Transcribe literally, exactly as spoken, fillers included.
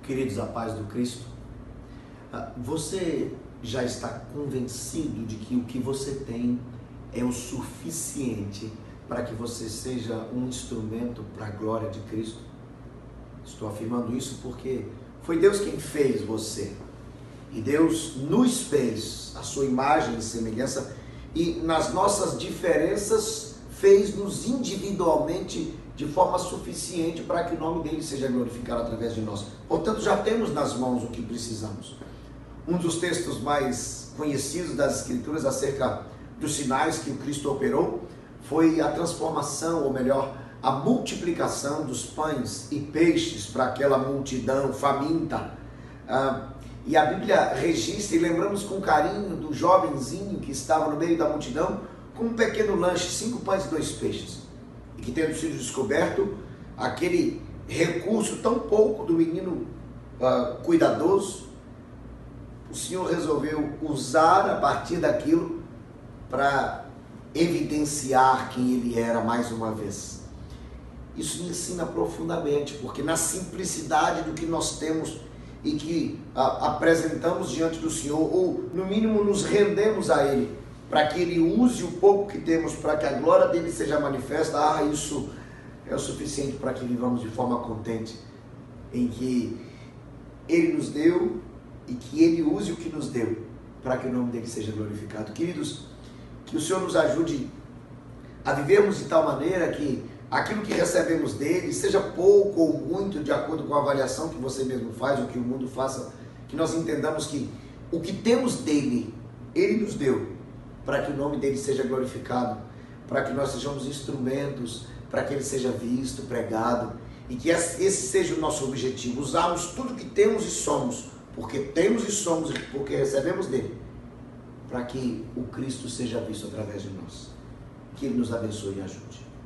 Queridos, a paz do Cristo, você já está convencido de que o que você tem é o suficiente para que você seja um instrumento para a glória de Cristo? Estou afirmando isso porque foi Deus quem fez você. E Deus nos fez a sua imagem e semelhança, e nas nossas diferenças fez-nos individualmente de forma suficiente para que o nome dele seja glorificado através de nós. Portanto, já temos nas mãos o que precisamos. Um dos textos mais conhecidos das Escrituras acerca dos sinais que o Cristo operou foi a transformação, ou melhor, a multiplicação dos pães e peixes para aquela multidão faminta. Ah, e a Bíblia registra, e lembramos com carinho do jovenzinho que estava no meio da multidão com um pequeno lanche, cinco pães e dois peixes. E que, tendo sido descoberto aquele recurso tão pouco do menino uh, cuidadoso, o Senhor resolveu usar a partir daquilo para evidenciar quem ele era mais uma vez. Isso me ensina profundamente, porque na simplicidade do que nós temos e que uh, apresentamos diante do Senhor, ou no mínimo nos rendemos a Ele, para que Ele use o pouco que temos, para que a glória dele seja manifesta, ah, isso é o suficiente para que vivamos de forma contente, em que Ele nos deu e que Ele use o que nos deu, para que o nome dele seja glorificado. Queridos, que o Senhor nos ajude a vivermos de tal maneira que aquilo que recebemos dele, seja pouco ou muito, de acordo com a avaliação que você mesmo faz, ou que o mundo faça, que nós entendamos que o que temos dele, Ele nos deu, para que o nome dele seja glorificado, para que nós sejamos instrumentos, para que ele seja visto, pregado, e que esse seja o nosso objetivo, usarmos tudo que temos e somos, porque temos e somos, e porque recebemos dele, para que o Cristo seja visto através de nós. Que ele nos abençoe e ajude.